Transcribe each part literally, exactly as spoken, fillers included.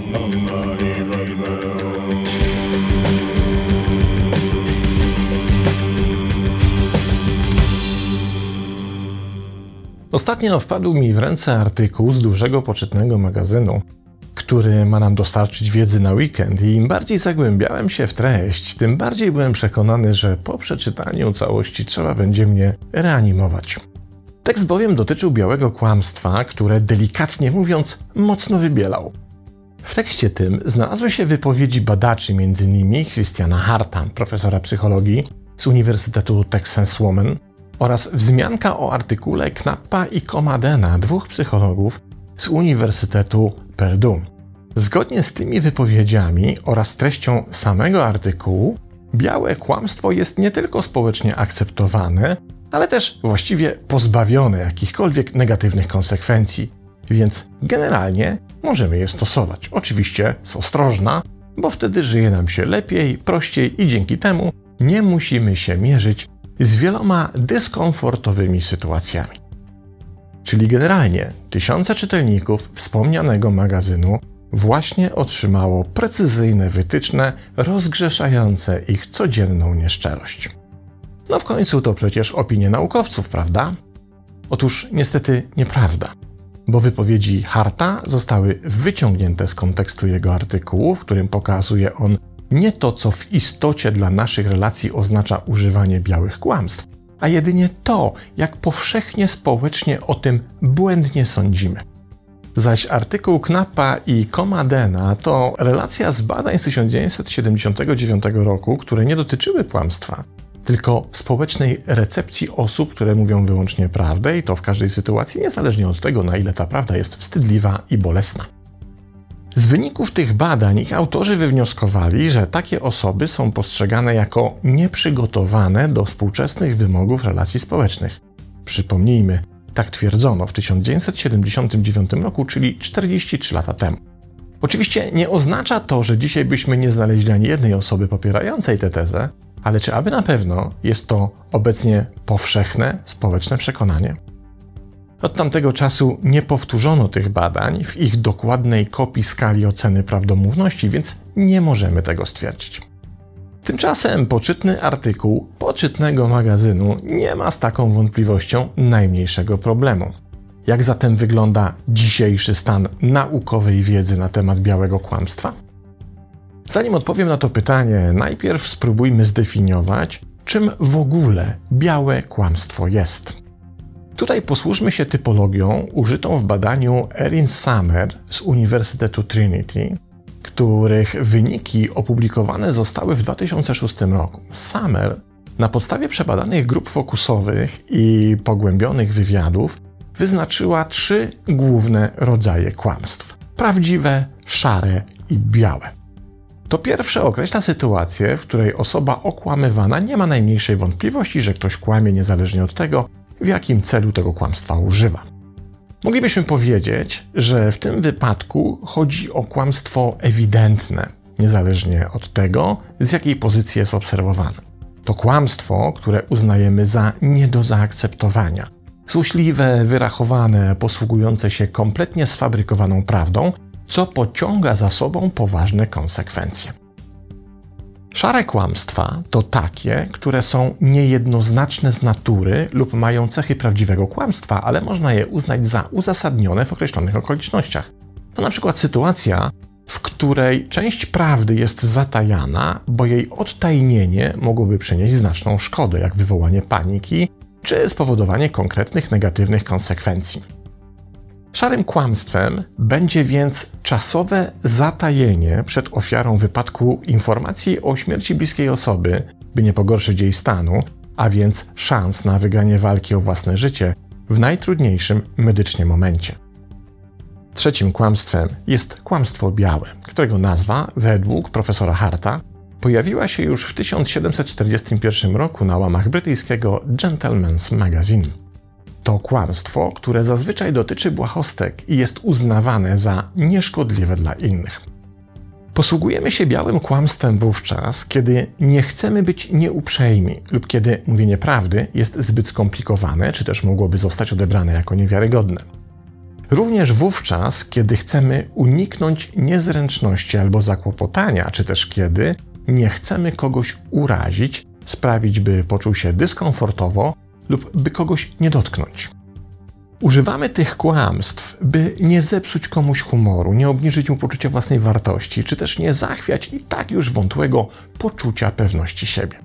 Ostatnio wpadł mi w ręce artykuł z dużego, poczytnego magazynu, który ma nam dostarczyć wiedzy na weekend i im bardziej zagłębiałem się w treść, tym bardziej byłem przekonany, że po przeczytaniu całości trzeba będzie mnie reanimować. Tekst bowiem dotyczył białego kłamstwa, które delikatnie mówiąc mocno wybielał. W tekście tym znalazły się wypowiedzi badaczy, między innymi Christiana Harta, profesora psychologii z Uniwersytetu Texas Woman, oraz wzmianka o artykule Knappa i Comadena, dwóch psychologów z Uniwersytetu Purdue. Zgodnie z tymi wypowiedziami oraz treścią samego artykułu, białe kłamstwo jest nie tylko społecznie akceptowane, ale też właściwie pozbawione jakichkolwiek negatywnych konsekwencji, więc generalnie możemy je stosować. Oczywiście jest ostrożna, bo wtedy żyje nam się lepiej, prościej i dzięki temu nie musimy się mierzyć z wieloma dyskomfortowymi sytuacjami. Czyli generalnie tysiące czytelników wspomnianego magazynu właśnie otrzymało precyzyjne wytyczne rozgrzeszające ich codzienną nieszczerość. No w końcu to przecież opinie naukowców, prawda? Otóż niestety nieprawda, bo wypowiedzi Harta zostały wyciągnięte z kontekstu jego artykułu, w którym pokazuje on nie to, co w istocie dla naszych relacji oznacza używanie białych kłamstw, a jedynie to, jak powszechnie społecznie o tym błędnie sądzimy. Zaś artykuł Knappa i Comadena to relacja z badań z tysiąc dziewięćset siedemdziesiątego dziewiątego roku, które nie dotyczyły kłamstwa, tylko społecznej recepcji osób, które mówią wyłącznie prawdę i to w każdej sytuacji, niezależnie od tego, na ile ta prawda jest wstydliwa i bolesna. Z wyników tych badań ich autorzy wywnioskowali, że takie osoby są postrzegane jako nieprzygotowane do współczesnych wymogów relacji społecznych. Przypomnijmy, tak twierdzono w tysiąc dziewięćset siedemdziesiątym dziewiątym roku, czyli czterdzieści trzy lata temu. Oczywiście nie oznacza to, że dzisiaj byśmy nie znaleźli ani jednej osoby popierającej tę tezę, ale czy aby na pewno jest to obecnie powszechne społeczne przekonanie? Od tamtego czasu nie powtórzono tych badań w ich dokładnej kopii skali oceny prawdomówności, więc nie możemy tego stwierdzić. Tymczasem poczytny artykuł poczytnego magazynu nie ma z taką wątpliwością najmniejszego problemu. Jak zatem wygląda dzisiejszy stan naukowej wiedzy na temat białego kłamstwa? Zanim odpowiem na to pytanie, najpierw spróbujmy zdefiniować, czym w ogóle białe kłamstwo jest. Tutaj posłużmy się typologią użytą w badaniu Erin Summer z Uniwersytetu Trinity, których wyniki opublikowane zostały w dwa tysiące szóstym roku. Summer na podstawie przebadanych grup fokusowych i pogłębionych wywiadów wyznaczyła trzy główne rodzaje kłamstw: prawdziwe, szare i białe. To pierwsze określa sytuację, w której osoba okłamywana nie ma najmniejszej wątpliwości, że ktoś kłamie niezależnie od tego, w jakim celu tego kłamstwa używa. Moglibyśmy powiedzieć, że w tym wypadku chodzi o kłamstwo ewidentne, niezależnie od tego, z jakiej pozycji jest obserwowane. To kłamstwo, które uznajemy za nie do zaakceptowania. Złośliwe, wyrachowane, posługujące się kompletnie sfabrykowaną prawdą, co pociąga za sobą poważne konsekwencje. Szare kłamstwa to takie, które są niejednoznaczne z natury lub mają cechy prawdziwego kłamstwa, ale można je uznać za uzasadnione w określonych okolicznościach. To na przykład sytuacja, w której część prawdy jest zatajana, bo jej odtajnienie mogłoby przynieść znaczną szkodę, jak wywołanie paniki czy spowodowanie konkretnych negatywnych konsekwencji. Szarym kłamstwem będzie więc czasowe zatajenie przed ofiarą wypadku informacji o śmierci bliskiej osoby, by nie pogorszyć jej stanu, a więc szans na wygranie walki o własne życie w najtrudniejszym medycznie momencie. Trzecim kłamstwem jest kłamstwo białe, którego nazwa, według profesora Harta, pojawiła się już w tysiąc siedemset czterdziestym pierwszym roku na łamach brytyjskiego Gentleman's Magazine. To kłamstwo, które zazwyczaj dotyczy błahostek i jest uznawane za nieszkodliwe dla innych. Posługujemy się białym kłamstwem wówczas, kiedy nie chcemy być nieuprzejmi lub kiedy mówienie prawdy jest zbyt skomplikowane, czy też mogłoby zostać odebrane jako niewiarygodne. Również wówczas, kiedy chcemy uniknąć niezręczności albo zakłopotania, czy też kiedy nie chcemy kogoś urazić, sprawić, by poczuł się dyskomfortowo lub by kogoś nie dotknąć. Używamy tych kłamstw, by nie zepsuć komuś humoru, nie obniżyć mu poczucia własnej wartości, czy też nie zachwiać i tak już wątłego poczucia pewności siebie.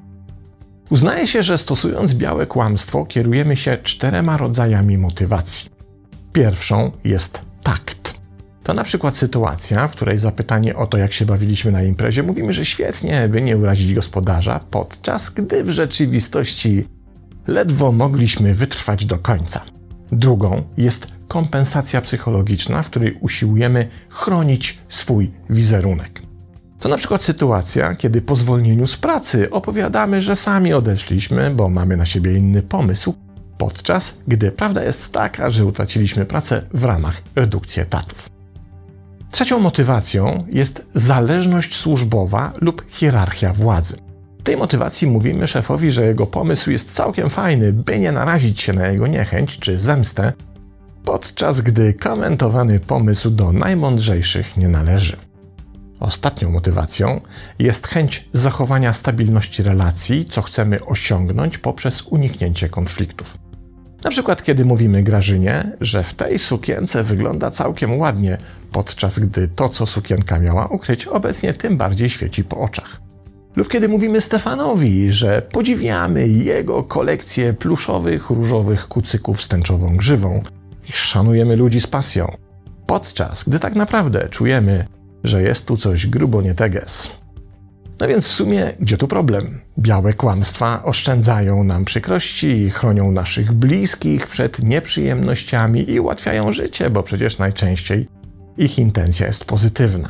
Uznaje się, że stosując białe kłamstwo kierujemy się czterema rodzajami motywacji. Pierwszą jest takt. To na przykład sytuacja, w której zapytanie o to, jak się bawiliśmy na imprezie, mówimy, że świetnie, by nie urazić gospodarza, podczas gdy w rzeczywistości ledwo mogliśmy wytrwać do końca. Drugą jest kompensacja psychologiczna, w której usiłujemy chronić swój wizerunek. To na przykład sytuacja, kiedy po zwolnieniu z pracy opowiadamy, że sami odeszliśmy, bo mamy na siebie inny pomysł, podczas gdy prawda jest taka, że utraciliśmy pracę w ramach redukcji etatów. Trzecią motywacją jest zależność służbowa lub hierarchia władzy. W tej motywacji mówimy szefowi, że jego pomysł jest całkiem fajny, by nie narazić się na jego niechęć czy zemstę, podczas gdy komentowany pomysł do najmądrzejszych nie należy. Ostatnią motywacją jest chęć zachowania stabilności relacji, co chcemy osiągnąć poprzez uniknięcie konfliktów. Na przykład kiedy mówimy Grażynie, że w tej sukience wygląda całkiem ładnie, podczas gdy to, co sukienka miała ukryć, obecnie tym bardziej świeci po oczach. Lub kiedy mówimy Stefanowi, że podziwiamy jego kolekcję pluszowych, różowych kucyków z tęczową grzywą i szanujemy ludzi z pasją, podczas gdy tak naprawdę czujemy, że jest tu coś grubo nie teges. No więc w sumie, gdzie tu problem? Białe kłamstwa oszczędzają nam przykrości, chronią naszych bliskich przed nieprzyjemnościami i ułatwiają życie, bo przecież najczęściej ich intencja jest pozytywna.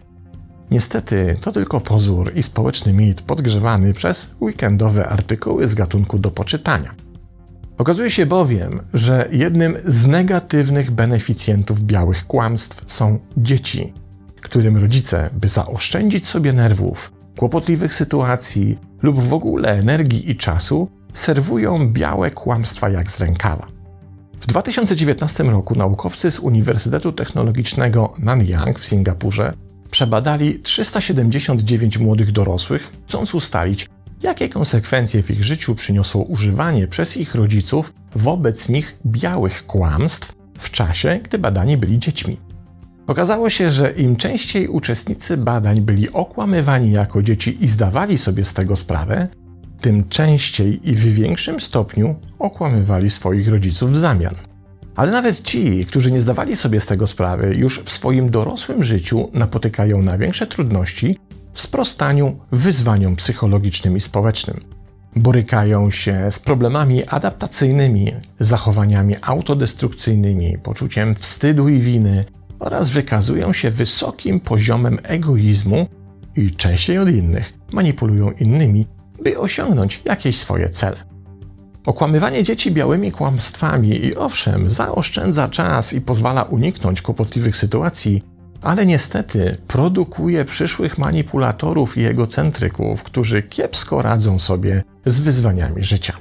Niestety to tylko pozór i społeczny mit podgrzewany przez weekendowe artykuły z gatunku do poczytania. Okazuje się bowiem, że jednym z negatywnych beneficjentów białych kłamstw są dzieci, którym rodzice, by zaoszczędzić sobie nerwów, kłopotliwych sytuacji lub w ogóle energii i czasu, serwują białe kłamstwa jak z rękawa. W dwa tysiące dziewiętnastym roku naukowcy z Uniwersytetu Technologicznego Nanyang w Singapurze przebadali trzysta siedemdziesiąt dziewięć młodych dorosłych, chcąc ustalić, jakie konsekwencje w ich życiu przyniosło używanie przez ich rodziców wobec nich białych kłamstw w czasie, gdy badani byli dziećmi. Okazało się, że im częściej uczestnicy badań byli okłamywani jako dzieci i zdawali sobie z tego sprawę, tym częściej i w większym stopniu okłamywali swoich rodziców w zamian. Ale nawet ci, którzy nie zdawali sobie z tego sprawy, już w swoim dorosłym życiu napotykają na większe trudności w sprostaniu wyzwaniom psychologicznym i społecznym. Borykają się z problemami adaptacyjnymi, zachowaniami autodestrukcyjnymi, poczuciem wstydu i winy oraz wykazują się wysokim poziomem egoizmu i częściej od innych manipulują innymi, by osiągnąć jakieś swoje cele. Okłamywanie dzieci białymi kłamstwami i owszem, zaoszczędza czas i pozwala uniknąć kłopotliwych sytuacji, ale niestety produkuje przyszłych manipulatorów i egocentryków, którzy kiepsko radzą sobie z wyzwaniami życia.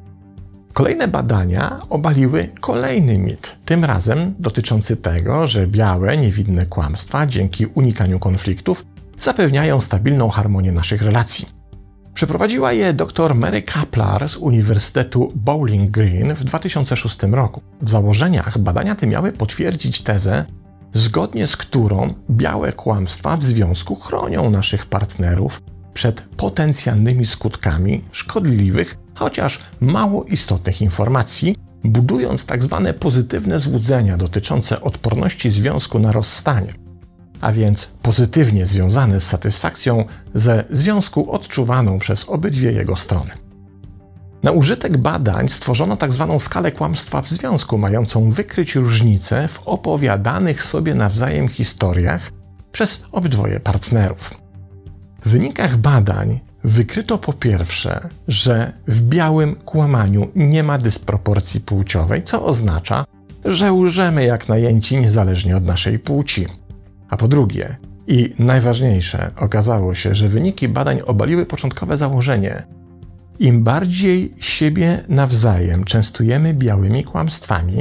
Kolejne badania obaliły kolejny mit, tym razem dotyczący tego, że białe, niewinne kłamstwa dzięki unikaniu konfliktów zapewniają stabilną harmonię naszych relacji. Przeprowadziła je dr Mary Kaplar z Uniwersytetu Bowling Green w dwa tysiące szóstym roku. W założeniach badania te miały potwierdzić tezę, zgodnie z którą białe kłamstwa w związku chronią naszych partnerów przed potencjalnymi skutkami szkodliwych, chociaż mało istotnych informacji, budując tzw. pozytywne złudzenia dotyczące odporności związku na rozstanie, a więc pozytywnie związane z satysfakcją ze związku odczuwaną przez obydwie jego strony. Na użytek badań stworzono tzw. skalę kłamstwa w związku, mającą wykryć różnice w opowiadanych sobie nawzajem historiach przez obydwoje partnerów. W wynikach badań wykryto po pierwsze, że w białym kłamaniu nie ma dysproporcji płciowej, co oznacza, że łżemy jak najęci niezależnie od naszej płci. A po drugie, i najważniejsze, okazało się, że wyniki badań obaliły początkowe założenie: im bardziej siebie nawzajem częstujemy białymi kłamstwami,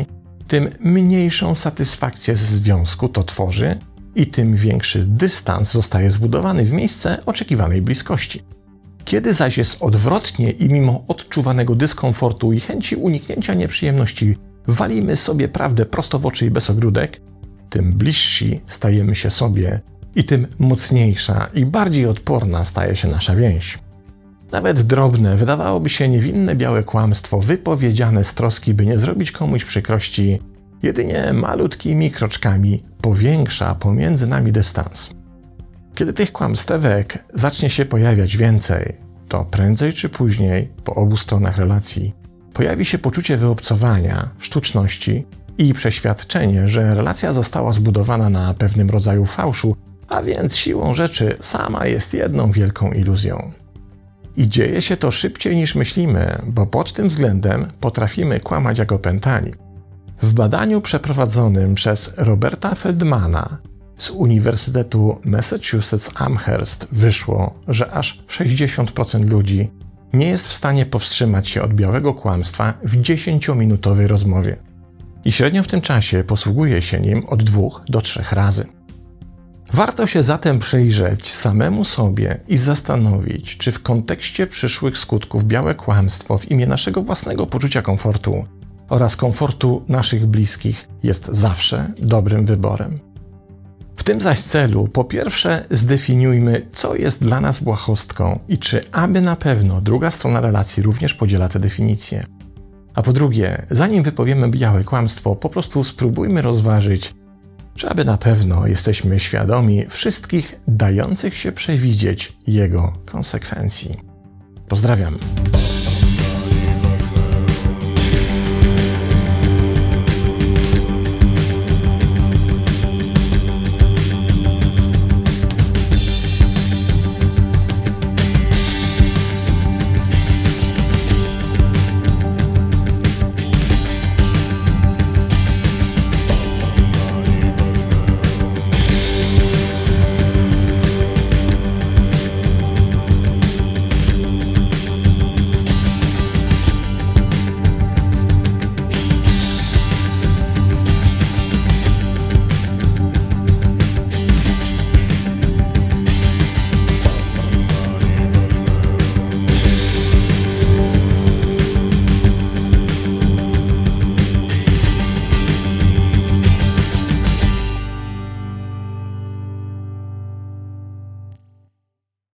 tym mniejszą satysfakcję ze związku to tworzy i tym większy dystans zostaje zbudowany w miejsce oczekiwanej bliskości. Kiedy zaś jest odwrotnie i mimo odczuwanego dyskomfortu i chęci uniknięcia nieprzyjemności walimy sobie prawdę prosto w oczy i bez ogródek, tym bliżsi stajemy się sobie i tym mocniejsza i bardziej odporna staje się nasza więź. Nawet drobne, wydawałoby się niewinne białe kłamstwo wypowiedziane z troski, by nie zrobić komuś przykrości, jedynie malutkimi kroczkami powiększa pomiędzy nami dystans. Kiedy tych kłamstewek zacznie się pojawiać więcej, to prędzej czy później po obu stronach relacji pojawi się poczucie wyobcowania, sztuczności i przeświadczenie, że relacja została zbudowana na pewnym rodzaju fałszu, a więc siłą rzeczy sama jest jedną wielką iluzją. I dzieje się to szybciej niż myślimy, bo pod tym względem potrafimy kłamać jak opętani. W badaniu przeprowadzonym przez Roberta Feldmana z Uniwersytetu Massachusetts Amherst wyszło, że aż sześćdziesiąt procent ludzi nie jest w stanie powstrzymać się od białego kłamstwa w dziesięciominutowej rozmowie. I średnio w tym czasie posługuje się nim od dwóch do trzech razy. Warto się zatem przyjrzeć samemu sobie i zastanowić, czy w kontekście przyszłych skutków białe kłamstwo w imię naszego własnego poczucia komfortu oraz komfortu naszych bliskich jest zawsze dobrym wyborem. W tym zaś celu po pierwsze zdefiniujmy, co jest dla nas błahostką i czy aby na pewno druga strona relacji również podziela tę definicję. A po drugie, zanim wypowiemy białe kłamstwo, po prostu spróbujmy rozważyć, czy aby na pewno jesteśmy świadomi wszystkich dających się przewidzieć jego konsekwencji. Pozdrawiam.